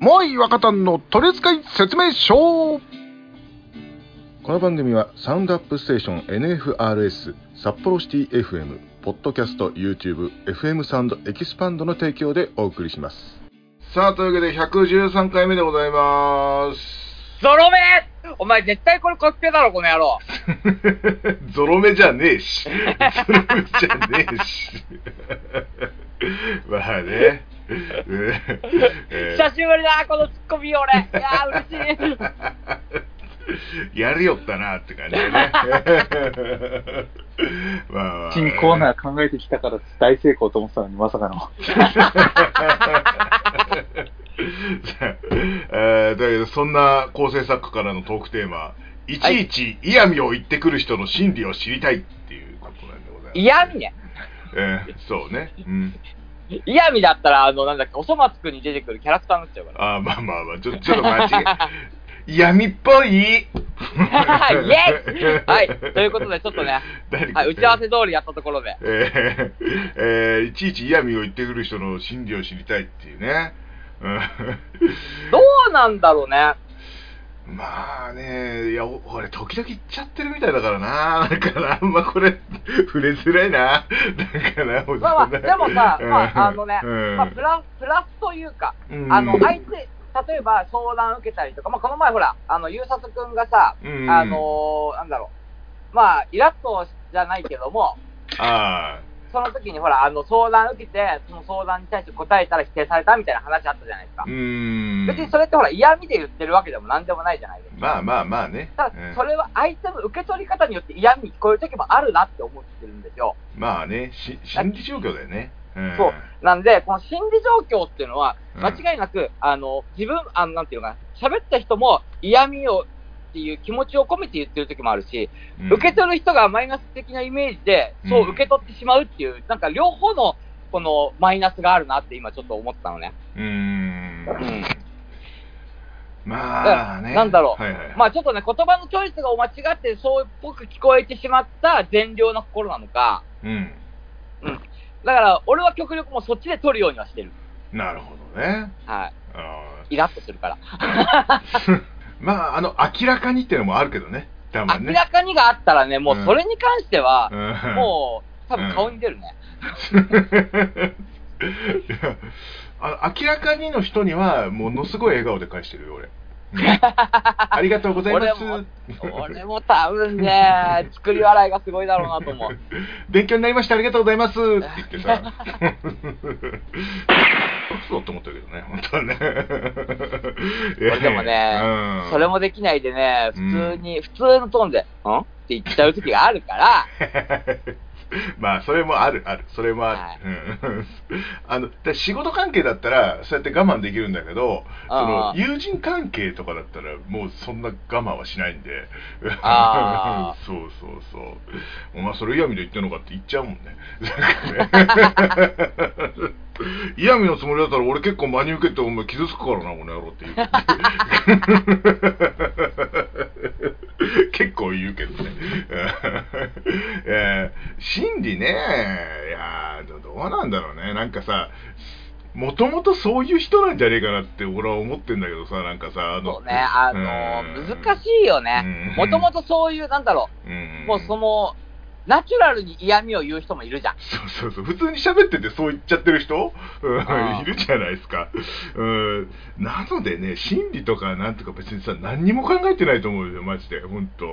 モアイ若旦の取扱説明書。 この番組はサウンドアップステーション NFRS 札幌シティ FM ポッドキャスト YouTube FM サウンドエキスパンドの提供でお送りします。さあ、というわけで113回目でございます。 ゾロ目、お前絶対これコピペだろこの野郎。 ゾロ目じゃねえしゾロ目じゃねえしまあね久しぶりだこのツッコミ俺。いや嬉しい。 やるよったなって感じでねまあ、 新コーナー考えてきたから大成功と思ってたのにまさかのだけどそんな構成作家からのトークテーマ、いちいち嫌味を言ってくる人の心理を知りたいっていうことなんでございます。 嫌味ね。 そうね、うん、 嫌味だったらなんだっけ、おそ松くんに出てくるキャラクターになっちゃうから。 あ、まあちょっと間違え闇っぽいイエスはい、ということでちょっとね、はい、打ち合わせ通りやったところで、 いちいち嫌味を言ってくる人の心理を知りたいっていうねどうなんだろうね。 まあね、いや俺時々言っちゃってるみたいだからな、だからあんまこれ触れづらいな、だからまあでもさ、まあまあプラスというか、相手例えば相談受けたりとか、まあこの前ほらゆうさとくんがさ、なんだろう、まあイラッとじゃないけども、その時にほら相談受けてその相談に対して答えたら否定されたみたいな話あったじゃないですか。別にそれってほら嫌味で言ってるわけでもなんでもないじゃないですか。まあね。ただそれは相手の受け取り方によって嫌味に聞こえる時もあるなって思ってるんですよ。 まあね、心理状況だよね。 そうなんで、この心理状況っていうのは間違いなく、自分なんていうのかな、喋った人も嫌味をっていう気持ちを込めて言ってる時もあるし、受け取る人がマイナス的なイメージでそう受け取ってしまうっていう、なんか両方のこのマイナスがあるなって今ちょっと思ったのね。 まあね、 なんだろう、まあちょっとね、言葉のチョイスが間違ってそうっぽく聞こえてしまった善良な心なのか、だから俺は極力もうそっちで取るようにはしてる。 なるほどね。 はい。イラッとするから。 まあ明らかにっていうのもあるけどね。 明らかにがあったらね、もうそれに関しては、もう多分顔に出るね。 明らかにの人にはものすごい笑顔で返してるよ俺。ありがとうございます。 俺も多分ね、作り笑いがすごいだろうなと思う。 勉強になりました、ありがとうございますって言ってさそうって思ったけどね、本当はね俺でもね、それもできないでね、普通のトーンで「ん?」って言っちゃう時があるからまあそれもあるそれもある、仕事関係だったらそうやって我慢できるんだけど、その友人関係とかだったらもうそんな我慢はしないんでそうお前それ嫌味で言ってんのかって言っちゃうもんね嫌味のつもりだったら俺結構真に受けてお前傷つくからなこの野郎って言う結構言うけどね心理ね、いやどうなんだろうね、なんかさ、もともとそういう人なんじゃねえかなって俺は思ってんだけどさ、なんかさそうね、難しいよね。もともとそういうなんだろう、もうそのナチュラルに嫌味を言う人もいるじゃん。 そう普通に喋っててそう言っちゃってる人いるじゃないですか。なのでね、心理とかなんとか別にさ何にも考えてないと思うよマジで本当。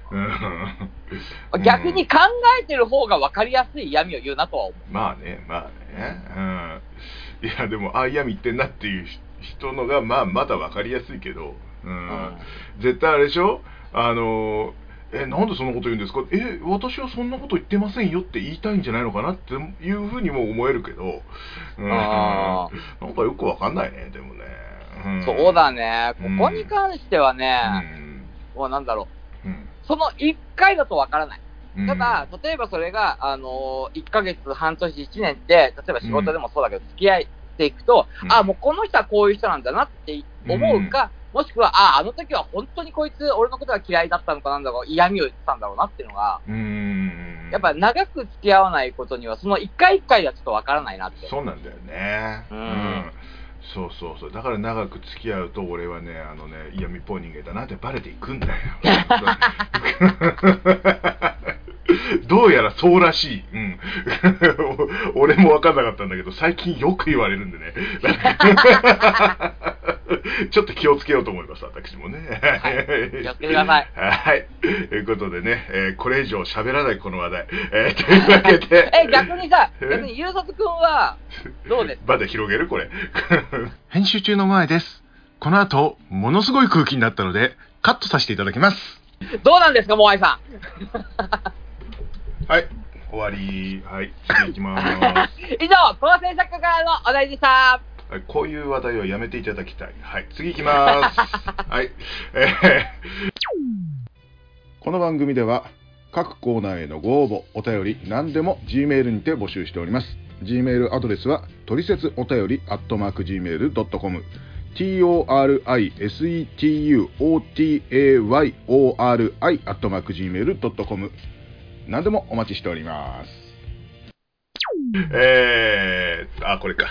逆に考えてる方が分かりやすい嫌味を言うなとは思う。 まあね、いやでも嫌味言ってんなっていう人のがまだ分かりやすいけど、絶対あれでしょ、なんでそんなこと言うんですか、私はそんなこと言ってませんよって言いたいんじゃないのかなっていうふうにも思えるけど、なんかよくわかんないね、でもね。 そうだね、ここに関してはね、もうなんだろう、その1回だとわからない。ただ、例えばそれが、1ヶ月、半年、1年って、例えば仕事でもそうだけど、付き合っていくと、もうこの人はこういう人なんだなって思うか、もしくは、あの時は本当にこいつ、俺のことが嫌いだったのかなんだろう、嫌味を言ってたんだろうなっていうのが、やっぱ長く付き合わないことには、その一回一回ではちょっとわからないなって。 そうなんだよね。 そうそうそう、だから長く付き合うと俺はね嫌味っぽい人間だなってバレていくんだよどうやらそうらしい、俺も分かんなかったんだけど最近よく言われるんでねちょっと気をつけようと思います私もね、 はい、気をつけてください。 はい、ということでね、これ以上喋らないこの話題、というわけで逆にゆうさつくんはどうですか？ まだ広げるこれ編集中の前です。この後ものすごい空気になったのでカットさせていただきます。 どうなんですかモアイさんはい、終わり。はい、次いきます以上、構成作家からのお題でした。 はい、こういう話題はやめていただきたい。はい、次いきますはい、 この番組では各コーナーへのご応募お便り何でも Gmail にて募集しております。 Gmail アドレスはトリセツお便り@gmail.com TORISETUOTAYORI@gmail.com 何でもお待ちしております。 これか。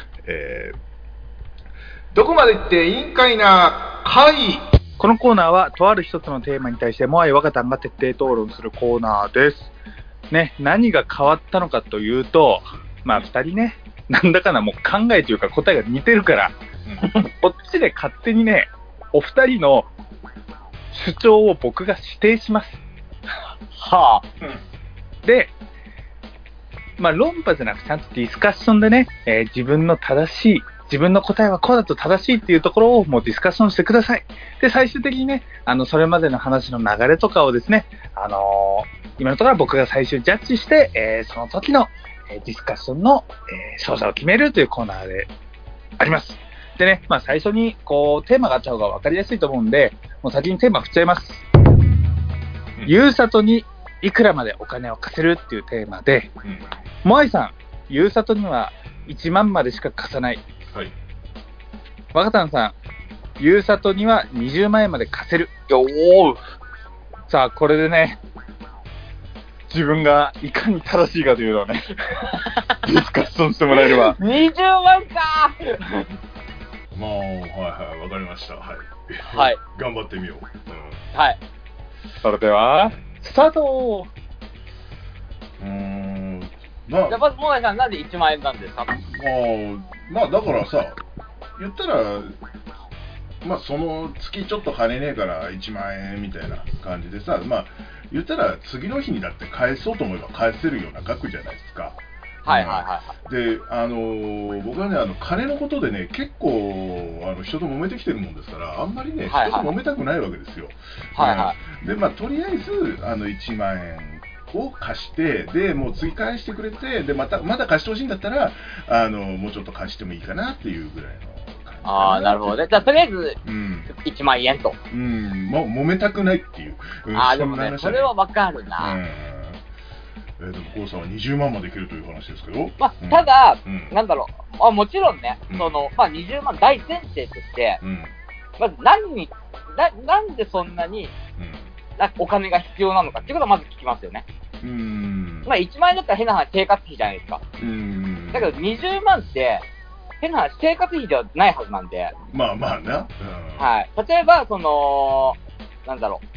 どこまで行っていいんかいな会。 このコーナーはとある一つのテーマに対してモアイ若旦が徹底討論するコーナーですね。何が変わったのかというと、2人ね、なんだかなもう考えというか答えが似てるから、こっちで勝手にね、お二人の主張を僕が指定します。 はあ。 で、論破じゃなくちゃんとディスカッションでね、自分の答えはこうだと正しいっていうところをもうディスカッションしてください。で、最終的にね、それまでの話の流れとかをですね、今のところは僕が最終ジャッジして、その時のディスカッションの勝者を決めるというコーナーであります。でね、最初にこうテーマがあった方が分かりやすいと思うんで、もう先にテーマ振っちゃいます。ゆうさとにいくらまでお金を貸せるっていうテーマで、モアイさん、ゆうさとには1万までしか貸さない。 はい。 若旦さん、ゆうさとには20万円まで貸せる。 よー。 さあ、これでね、自分がいかに正しいかというのをねディスカッションしてもらえれば。 20万かはい、わかりました。はい。 はい。 頑張ってみよう。 はい。 それでは、スタート。 じゃあまずモアイさん、なんで1万円なんですか？ だからさ、言ったらその月ちょっと金ねえから1万円みたいな感じでさ、言ったら次の日にだって返そうと思えば返せるような額じゃないですか。 はいはいはい。 で、僕はね、金のことでね、結構人と揉めてきてるもんですから、あんまりね、人と揉めたくないわけですよ。 はいはい。 で、とりあえず1万円を貸して、でもう次返してくれて、でまだ貸してほしいんだったらもうちょっと貸してもいいかなっていうぐらいの感じ。 ああ、なるほどね。じゃあとりあえず1万円と。 もう揉めたくないっていう。 でもね、それはわかるな。 でも郷さんは20万までいけるという話ですけど、 ただ、なんだろう、もちろんね、20万大前提として、まずなんでそんなに、お金が必要なのかっていうことをまず聞きますよね。1万円だったら変な話生活費じゃないですか。だけど20万って変な話生活費ではないはずなんで。 な。 はい。例えばなんだろう、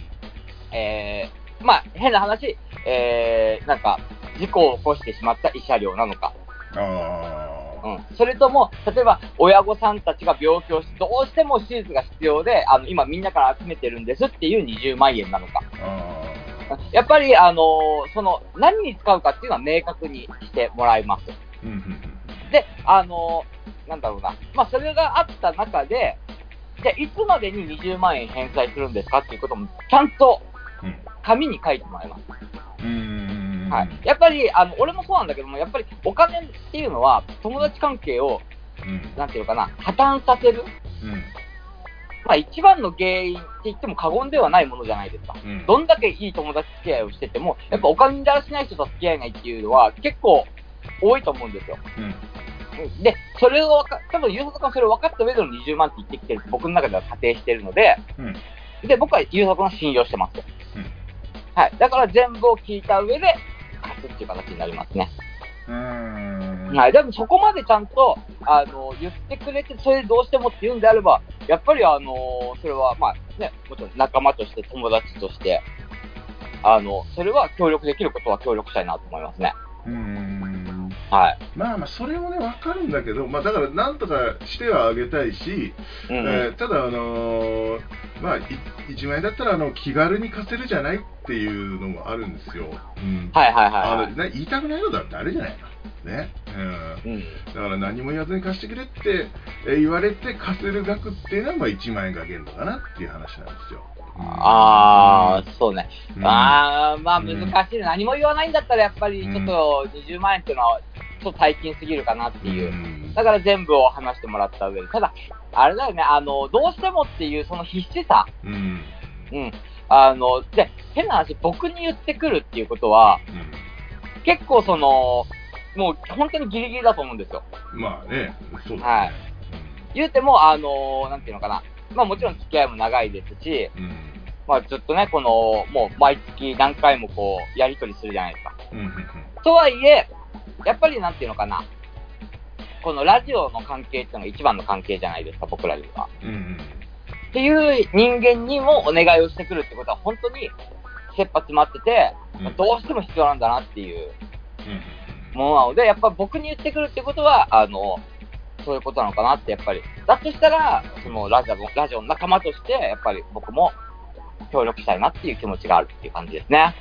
変な話、なんか事故を起こしてしまった慰謝料なのか。それとも例えば親御さんたちが病気をしてどうしても手術が必要で今みんなから集めてるんですっていう20万円なのか。やっぱりその何に使うかっていうのは明確にしてもらいます。でなんだろうな、それがあった中で、じゃあいつまでに20万円返済するんですかっていうこともちゃんと紙に書いてもらいます。はい、やっぱり俺もそうなんだけども、やっぱりお金っていうのは友達関係を、なんていうかな、破綻させる、一番の原因って言っても過言ではないものじゃないですか。どんだけいい友達付き合いをしてても、やっぱお金にだらしない人と付き合えないっていうのは結構多いと思うんですよ。で、それを多分ゆうさとくんそれを分かった上での20万って言ってきてるって僕の中では仮定してるので、で僕はゆうさとくんを信用してますと。はい、だから全部を聞いた上で貸すっていう形になりますね。 はい、でもそこまでちゃんと言ってくれて、それでどうしてもって言うんであれば、やっぱりそれはまあね、もちろん仲間として、友達として、それは協力できることは協力したいなと思いますね。はい。 まあそれもね分かるんだけど、だからなんとかしてはあげたいし、ただまあ1万円だったら気軽に貸せるじゃないっていうのもあるんですよ。言いたくないのだってあれじゃないのね。だから何も言わずに貸してくれって言われて貸せる額っていうのは1万円が限度かなっていう話なんですよ。 そうね。まあ難しい。何も言わないんだったらやっぱりちょっと20万円っていうのはちょっと大金すぎるかなっていう。だから全部を話してもらった上で。ただ、あれだよね、どうしてもっていうその必死さ。で、変な話、僕に言ってくるっていうことは、結構もう本当にギリギリだと思うんですよ。 まあね、そうですね。 はい。言うても、なんていうのかな。もちろん付き合いも長いですし、ずっとね、もう毎月何回もやりとりするじゃないですか。とはいえ、やっぱりなんていうのかな、このラジオの関係っていうのが一番の関係じゃないですか、僕らでは。っていう人間にもお願いをしてくるってことは、本当に切羽詰まってて、どうしても必要なんだなっていうものなので、やっぱ僕に言ってくるってことは、そういうことなのかなって、やっぱり。だとしたら、ラジオの仲間として、やっぱり僕も協力したいなっていう気持ちがあるっていう感じですね。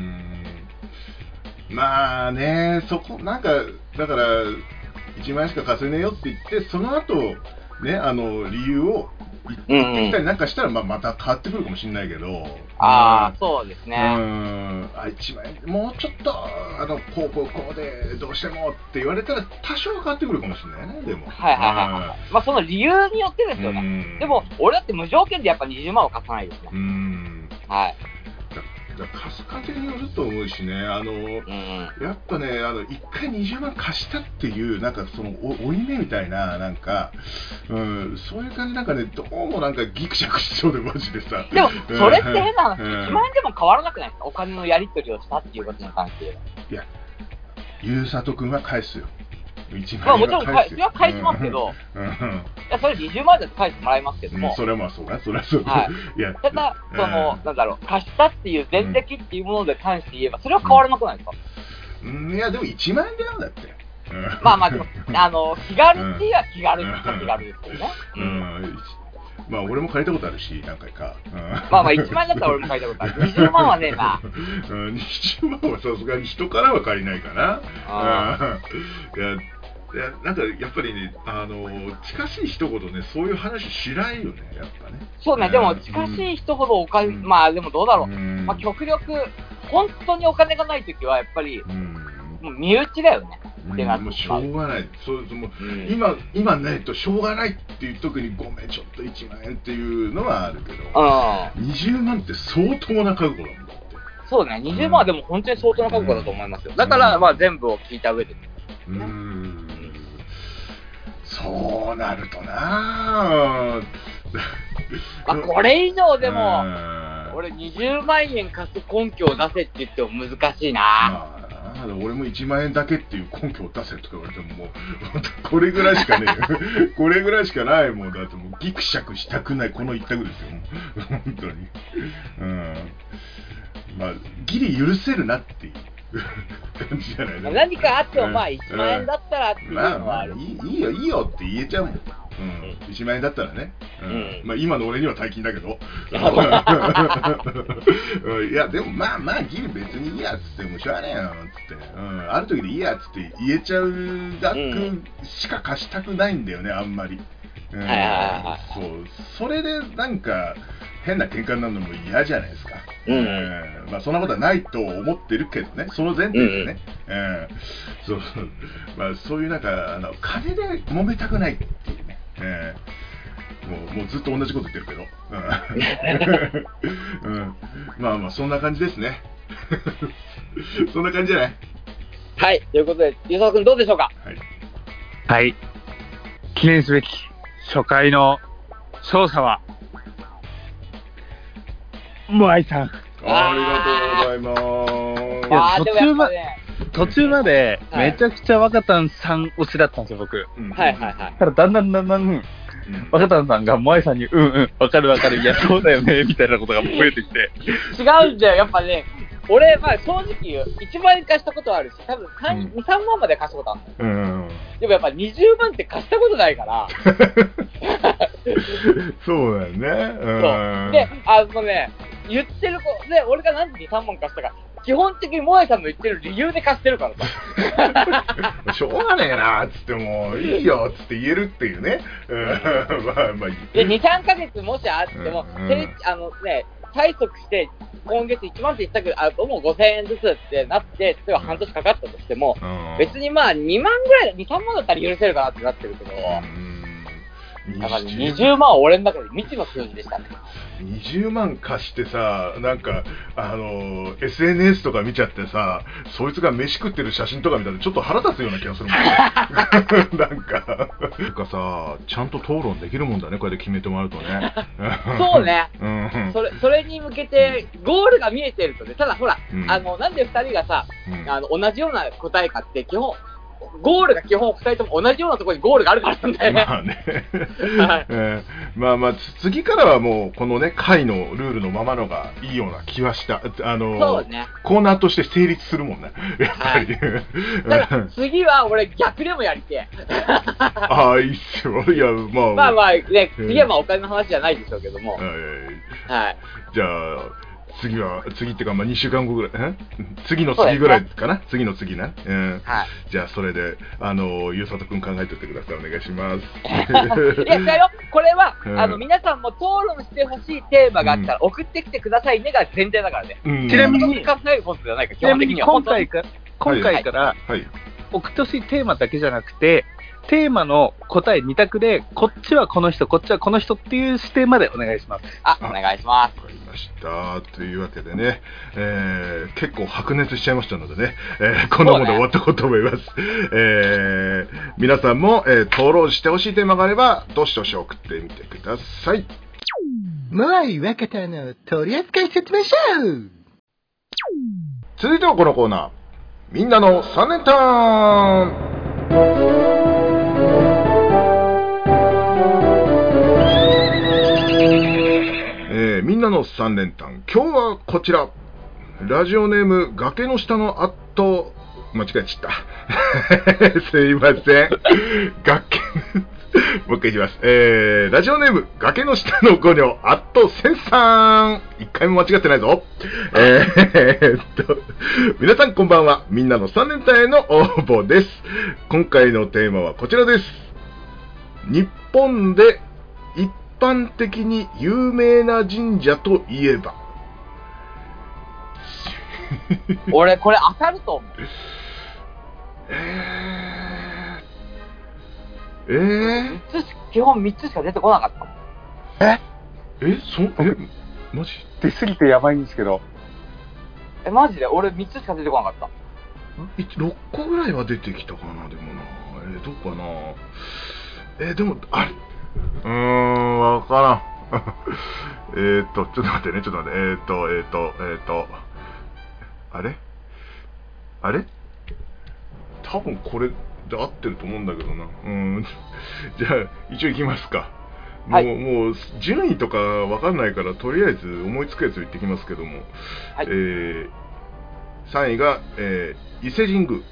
まあね、なんか、だから、1万円しか貸せねえよって言って、その後、ね、理由を言ってきたりなんかしたら、また変わってくるかもしれないけど。 そうですね。 1万円、もうちょっと、こうで、どうしてもって言われたら、多少変わってくるかもしれないね、でも。 その理由によってですよね。でも、俺だって無条件でやっぱ20万は貸さないですね。はい。 貸す家庭によると思うしね、やっぱね、1回20万貸したっていう、なんか負い目みたいな、なんか、そういう感じなんかね、どうもなんかギクシャクしそうで、マジでさ。 でも、それって変な話、1万円でも変わらなくないですか、お金のやり取りをしたっていうことに関して言えば。 いや、ゆうさとくんは返すよ。 もちろんそれは返しますけど、それ20万円だと返してもらいますけども、 それはまあそうだ、それはそうだ。 ただ、なんだろう、貸したっていう前歴っていうもので関して言えば、それは変わらなくないですか？ いや、でも1万円だよ、だって。でも、気軽って言えば気軽っちゃ気軽ですよね。 俺も借りたことあるし、何回か。 1万円だったら俺も借りたことある。20万はねえな。 20万はさすがに人からは借りないかな。なんかやっぱりね、近しい人ほどね、そういう話しないよね、やっぱね。 そうね、でも近しい人ほどお金、でもどうだろう。極力、本当にお金がないときは、やっぱり、もう身内だよね。 もうしょうがない。今ねとしょうがないっていう時にごめんちょっと1万円っていうのはあるけど、20万って相当な覚悟なんだって。 そうね、20万はでも本当に相当な覚悟だと思いますよ。だから全部を聞いた上で。 そうなるとなこれ以上でも俺20万円貸す根拠を出せって言っても難しいな。 俺も1万円だけっていう根拠を出せとか言われてももうこれぐらいしかねこれぐらいしかないもん。だってもうギクシャクしたくないこの一択ですよ本当に。ギリ許せるなっていう感じじゃない。 何かあっても1万円だったらっていうのはある。 いいよって言えちゃうもん。1万円だったらね。今の俺には大金だけど。いやでもギリ別にいいやっつってもしょうがねえよっつって、ある時でいいやっつって言えちゃう額しか貸したくないんだよね、あんまり。それでなんか変な喧嘩になるのも嫌じゃないですか。そんなことはないと思ってるけどね、その前提でね。そういうなんか金で揉めたくないっていうね。もうずっと同じこと言ってるけど。そんな感じですね。そんな感じじゃない？ はい、ということで、ゆうさくんどうでしょうか？ はい。記念すべき初回の勝者はモアイさん。 ありがとうございます。 でもやっぱね、 途中までめちゃくちゃ若田さん推しだったんですよ、僕。 はいはいはい。 ただだんだん若田さんが萌さんにわかるいやそうだよねみたいなことが増えてきて。 違うんだよ、やっぱね。俺、まあ正直言う、1万円貸したことあるし、多分2、3万まで貸したことあるのよ。でもやっぱ20万って貸したことないから。 そうだよね。 そう。で、言ってる子、で、俺がなんで2、3万貸したか、基本的に萌さんの言ってる理由で貸してるからさ。 しょうがねえなーっつっても、いいよっつって言えるっていうね。まあで、2、3ヶ月もしあっても、催促して、今月1万って言ったけど、もう5000円ずつってなって、例えば半年かかったとしても、別にまあ2万ぐらい、2、3万だったら許せるかなってなってるけど、だから20万は俺の中で未知の数字でしたね。 20万貸してさ、なんかSNS とか見ちゃってさ、そいつが飯食ってる写真とか見たらちょっと腹立つような気がするもんね。なんかさ、ちゃんと討論できるもんだね、こうやって決めてもらうとね。 そうね。それに向けてゴールが見えてるとね、ただほら、なんで2人がさ、同じような答えかって基本。ゴールが基本2人とも同じようなところにゴールがあるからなんだよね。 まあね。まあ次からはもうこのね回のルールのままのがいいような気はした。 そうね。 コーナーとして成立するもんね。やっぱり。 だから次は俺逆でもやりてえ。 ああいいっすよ。いやまあね、次はまあお金の話じゃないでしょうけども。はい。 じゃあ。次っていうか、まあ、2週間後ぐらい、次の次ぐらいかな、次の次ね。はい。じゃあ、それで、ゆうさとくん考えておいてください。お願いします。 いや、だよ。これは、皆さんも討論してほしいテーマがあったら、送ってきてくださいねが前提だからね。 ちなみに、 考えることじゃないか、基本的には。 今回から、送ってほしいテーマだけじゃなくて、テーマの答え2択で、こっちはこの人、こっちはこの人っていう視点までお願いします。 お願いします。 わかりました。というわけでね、結構白熱しちゃいましたのでね、こんなもので終わってこうと思います。皆さんも、討論してほしいテーマがあれば、どしどし送ってみてください。 もう若田の取扱説明書。 続いてはこのコーナー、みんなの3連単。みんなの3連単、今日はこちら。ラジオネーム崖の下の間違えちゃったすいません。もう一回いきます。ラジオネーム崖の下の5女センさん、一回も間違ってないぞ。皆さんこんばんは。みんなの3連単への応募です。今回のテーマはこちらです。日本で一般的に有名な神社といえば。 俺これ当たると思う。基本3つしか出てこなかったもん。 マジ出すぎてやばいんですけど。 マジで俺3つしか出てこなかった。 6個ぐらいは出てきたかな。でもな、どうかな。でもあれわからん。ちょっと待ってね、あれ多分これで合ってると思うんだけどな。じゃあ一応いきますか。もう順位とかわかんないから、とりあえず思いつくやつ言ってきますけども、はい、3位が、伊勢神宮。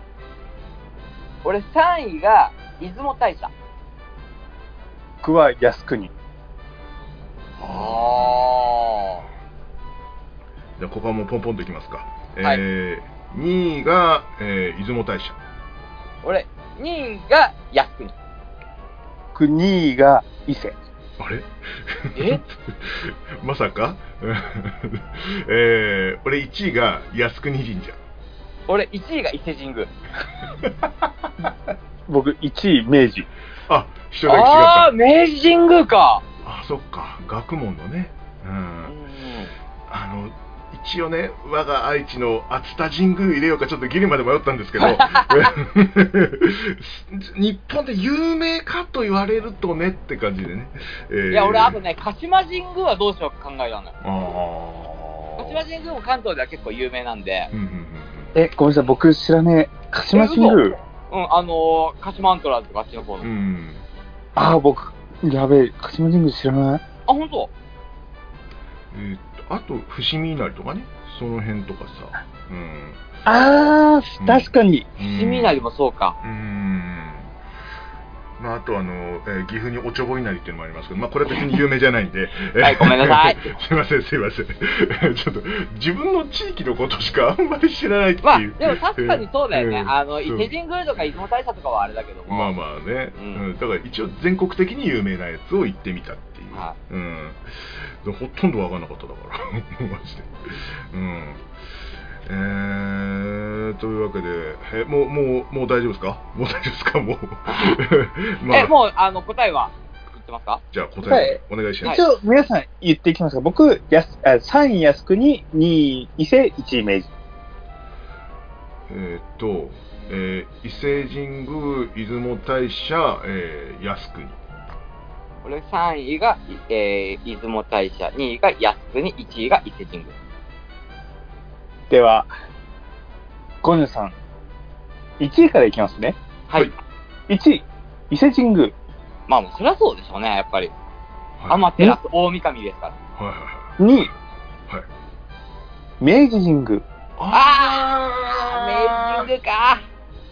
俺3位が出雲大社。 僕は靖国。 じゃあここはもうポンポンといきますか。2位が、出雲大社。 俺2位が靖国。 僕2位が伊勢。 あれまさか俺1位が靖国神社。 俺1位が伊勢神宮。 僕 1位明治。 あ、一人だけ違った。 明治神宮か。 そっか、学問のね。一応ね、我が愛知の熱田神宮入れようかちょっとギリまで迷ったんですけど日本で有名かと言われるとねって感じでね、 いや俺あとね、鹿島神宮はどうしようか考えたのよ。鹿島神宮も関東では結構有名なんで、 ごめんなさい、僕知らねえ。鹿島神宮。 うん、鹿島アントラーズとかあっちの方の。 僕、やべえ、鹿島神宮知らない。 本当？ あと、伏見稲荷とかね、その辺とかさ。 確かに。 伏見稲荷もそうか。 まあ、あと岐阜におちょぼ稲荷っていうのもありますけど、まあ、これは別に有名じゃないんではい、ごめんなさい。 すいませんちょっと自分の地域のことしかあんまり知らないっていう、 まあでも確かにそうだよね、伊勢神宮とか出雲大社とかはあれだけども、 まあまあね、だから一応全国的に有名なやつを行ってみたっていう、ほとんど分かんなかっただからマジでというわけで、もう大丈夫ですか？もうもう答えは言ってますか？ じゃあ答えお願いします。 一応皆さん言っていきますか。僕3位靖国、2位伊勢、1位明治。 伊勢神宮、出雲大社、靖国。 これ3位が、出雲大社、2位が靖国、1位が伊勢神宮。 では、ゴニョさん、1位からいきますね。 はい。 1位、伊勢神宮。 まあ、そりゃそうでしょうね、やっぱり。天照大神ですから。 2位、明治神宮。 明治神宮か。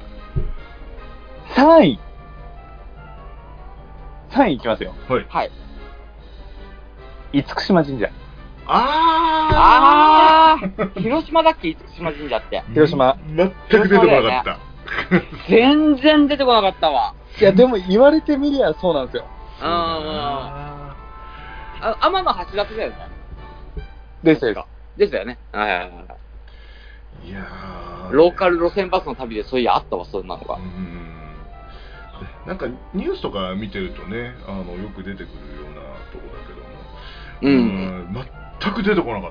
3位いきますよ。 はい。 厳島神社。 広島だっけ、厳島神社って。 広島。 全く出てこなかった。 全然出てこなかったわ。 いや、でも言われてみりゃそうなんですよ。 天の橋立だよね。 ですよね。 いやローカル路線バスの旅でそういやあったわ、そんなのが。 なんかニュースとか見てるとね、よく出てくるようなとこだけども、全く出てこなかった。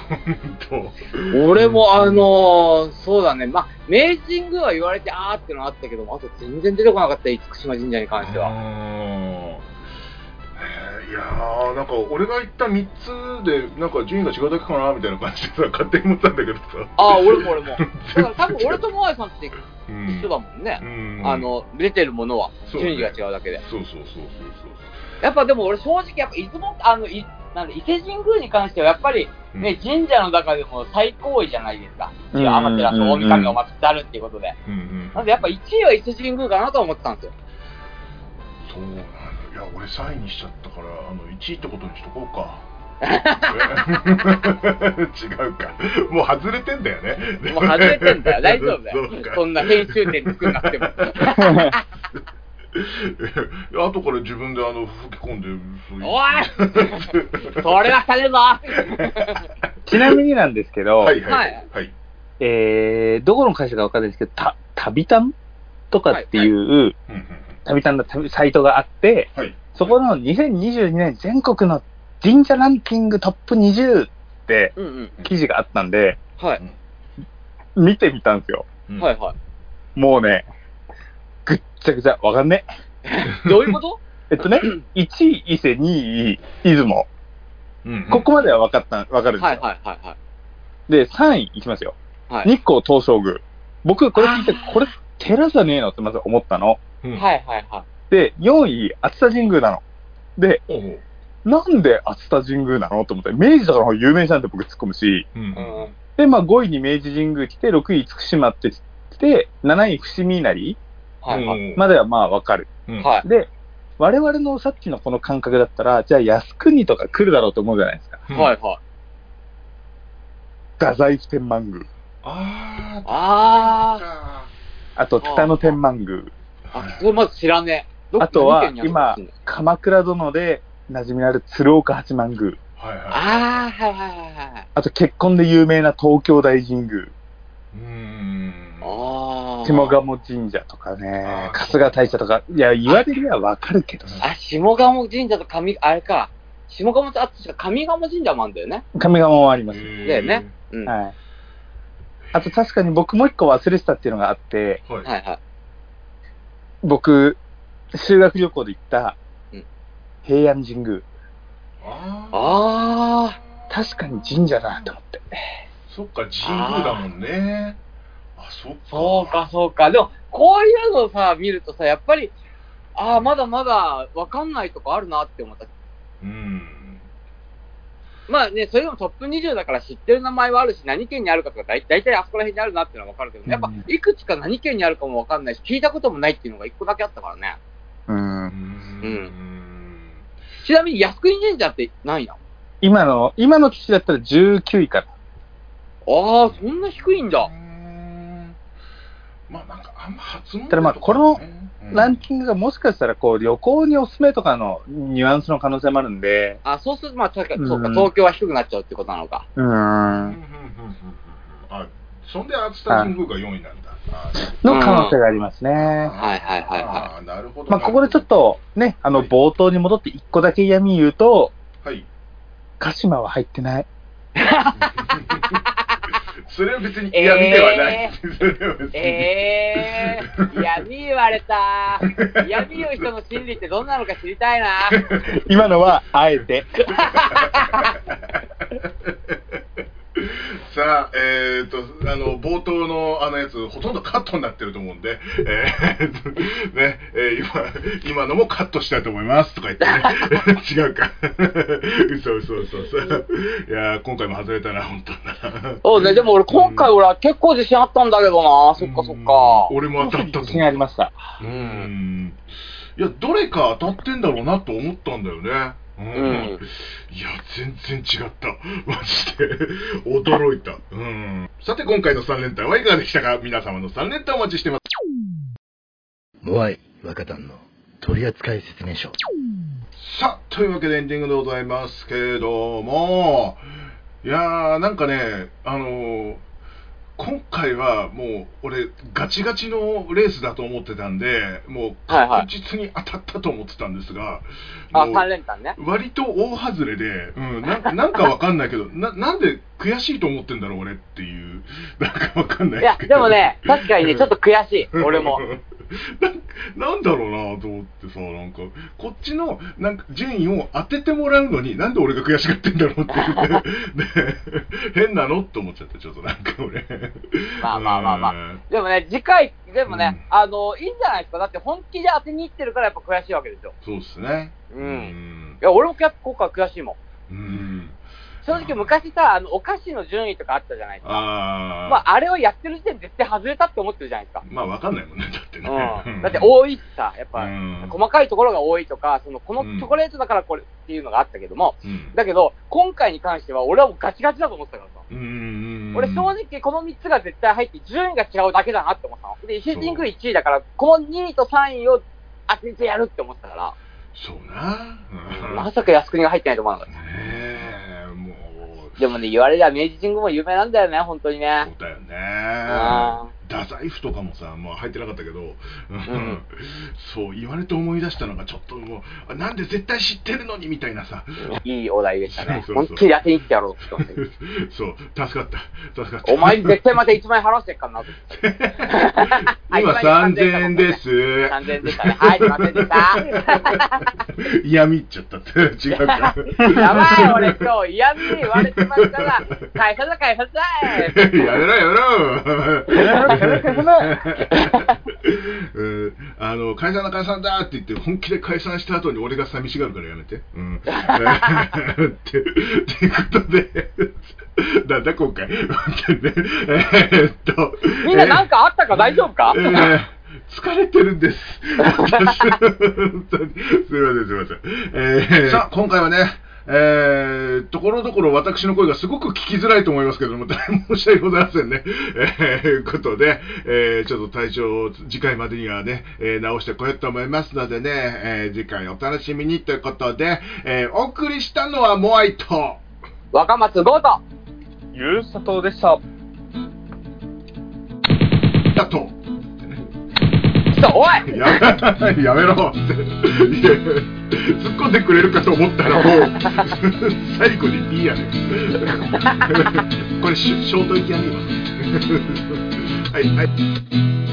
俺もそうだね、まあ明治神宮は言われてってのあったけども、あと全然出てこなかった、厳島神社に関しては。 いやー、なんか俺が言った3つでなんか順位が違うだけかなみたいな感じでさ、勝手に思ったんだけどさ。 俺もだから多分俺とモアイさんって一緒だもんね。出てるものは順位が違うだけで。 そうやっぱでも俺正直やっぱ伊勢神宮に関してはやっぱりね、神社の中でも最高位じゃないですか。天照大神を祀ってあるっていうことで。なんでやっぱ1位は伊勢神宮かなと思ってたんですよ。 そうなんだ。いや、俺3位にしちゃったから、1位ってことにしとこうか。違うか。もう外れてんだよね。 もう外れてんだよ。大丈夫だよ。そんな編集点作んなくても。 後から自分で吹き込んで、 おいそれはされぞちなみになんですけど、どこの会社かわかんないですけど、旅タンとかっていう、旅タンのサイトがあって、そこの2022年全国の神社ランキングトップ20って記事があったんで、見てみたんですよ。もうね、ぐっちゃぐちゃわかんねえ。どういうこと？ 1位伊勢、2位出雲。ここまではわかるんですよ。で、3位いきますよ。日光東照宮。僕これ聞いて、これ寺じゃねえのってまず思ったの。で、4位熱田神宮なの。で、なんで熱田神宮なのと思って、明治とかの方が有名じゃんって僕突っ込むし、で、まあ5位に明治神宮来て、6位厳島って来て、7位伏見稲荷まではまあわかる。で、我々のさっきのこの感覚だったら、じゃあ靖国とか来るだろうと思うじゃないですか。太宰府天満宮。あと北野天満宮。 それまず知らねえ。あとは今鎌倉殿で馴染みのある鶴岡八幡宮。あと結婚で有名な東京大神宮。下鴨神社とかね、春日大社とか、いや言われりゃわかるけどね。 下鴨神社とあれか。下鴨とあと上鴨神社もあるんだよね。 上鴨もあります。 だよね。 はい。あと確かに僕もう一個忘れてたっていうのがあって、僕、修学旅行で行った平安神宮。確かに神社だなと思って。 そっか、神宮だもんね。 そうかそうか。でもこういうのをさ見るとさ、やっぱりまだまだわかんないとこあるなって思った。まあね、それでもトップ20だから知ってる名前はあるし、何県にあるかとか大体あそこら辺にあるなっていうのはわかるけど、やっぱいくつか何県にあるかもわかんないし、聞いたこともないっていうのが一個だけあったからね。ちなみに靖国神社って何位なの？ 今の機種だったら19位から。 そんな低いんだ。 まあなんかあんま発音ただまあこのランキングがもしかしたらこう旅行におすすめとかのニュアンスの可能性もあるんで。 そうするとまあ確かにそうか、東京は低くなっちゃうってことなのか。 そんで熱田神宮が4位なんだ。 の可能性がありますね。 なるほど。 まあここでちょっとね、冒頭に戻って1個だけ嫌味言うと、鹿島は入ってない。 それは別に嫌味ではない。 嫌味言われた。嫌味言う人の心理ってどんなのか知りたいな。 今のはあえて。 さあ、冒頭のやつ、ほとんどカットになってると思うんで、ね、今のもカットしたいと思いますとか言ってね、違うか。嘘。いや今回も外れたな、本当な。 そうね、でも今回俺は結構自信あったんだけどな、そっか。 俺も当たったと。 自信ありました。 いや、どれか当たってんだろうなと思ったんだよね。いや全然違ったマジで驚いた。さて今回の3連単はいかがでしたか？皆様の3連単お待ちしてます。 モアイ若旦の取扱説明書。 さあというわけでエンディングでございますけども、いやーなんかね今回はもう俺ガチガチのレースだと思ってたんで、もう確実に当たったと思ってたんですが、 3連単ね。 割と大外れで、なんかわかんないけど、なんで悔しいと思ってんだろう俺っていう、なんかわかんないですけど。いやでもね、確かにねちょっと悔しい俺も。 なんだろうなと思ってさ、なんかこっちのなんか順位を当ててもらうのになんで俺が悔しがってんだろうっていうね変なのって思っちゃって、ちょっとなんか俺まあでもね次回でもね、いいんじゃないですか。だって本気で当てにいってるからやっぱ悔しいわけですよ。 そうですね。 いや俺も今回悔しいもん。正直昔さ、お菓子の順位とかあったじゃないですか。まあ、あれをやってる時点で絶対外れたって思ってるじゃないですか。 まあ、わかんないもんね、だってね。 だって多いしさ、やっぱ、細かいところが多いとか、このチョコレートだからこれっていうのがあったけども、だけど、今回に関しては俺はもうガチガチだと思ってたからさ。俺正直この3つが絶対入って順位が違うだけだなって思ったの。で、伊勢神宮1位だから、この2位と3位を当ててやるって思ってたから。 そうな。 まさか靖国が入ってないと思わなかった。でもね、言われりゃ明治神宮も有名なんだよね、本当にね。 そうだよね。太宰府とかもさ、まあ入ってなかったけど、そう言われて思い出したのがちょっともう、なんで絶対知ってるのにみたいなさ。 いいお題でしたね。本気で当てに行ってやろうって思って。 そう、助かった。 お前絶対また1万円払わせてっからな。 今3000円です。 3000円でしたね。はい、すいませんでした。 嫌味っちゃったって。違うか。 やばい、俺今日嫌味言われてましたが、返さない。 やめろ。解散だって言って本気で解散した後に俺が寂しがるからやめて。っていうことでだんだん今回みんななんかあったか大丈夫か？ 疲れてるんです。すいません。さあ今回はね、ところどころ私の声がすごく聞きづらいと思いますけども、大変申し訳ございませんね。ということで、ちょっと体調を次回までにはね、直してこようと思いますのでね、次回お楽しみにということで、お送りしたのはモアイと若松豪とゆうさとでした。 だとおいやめろって突っ込んでくれるかと思ったらもう最後にいいやねこれショート行きやね今はい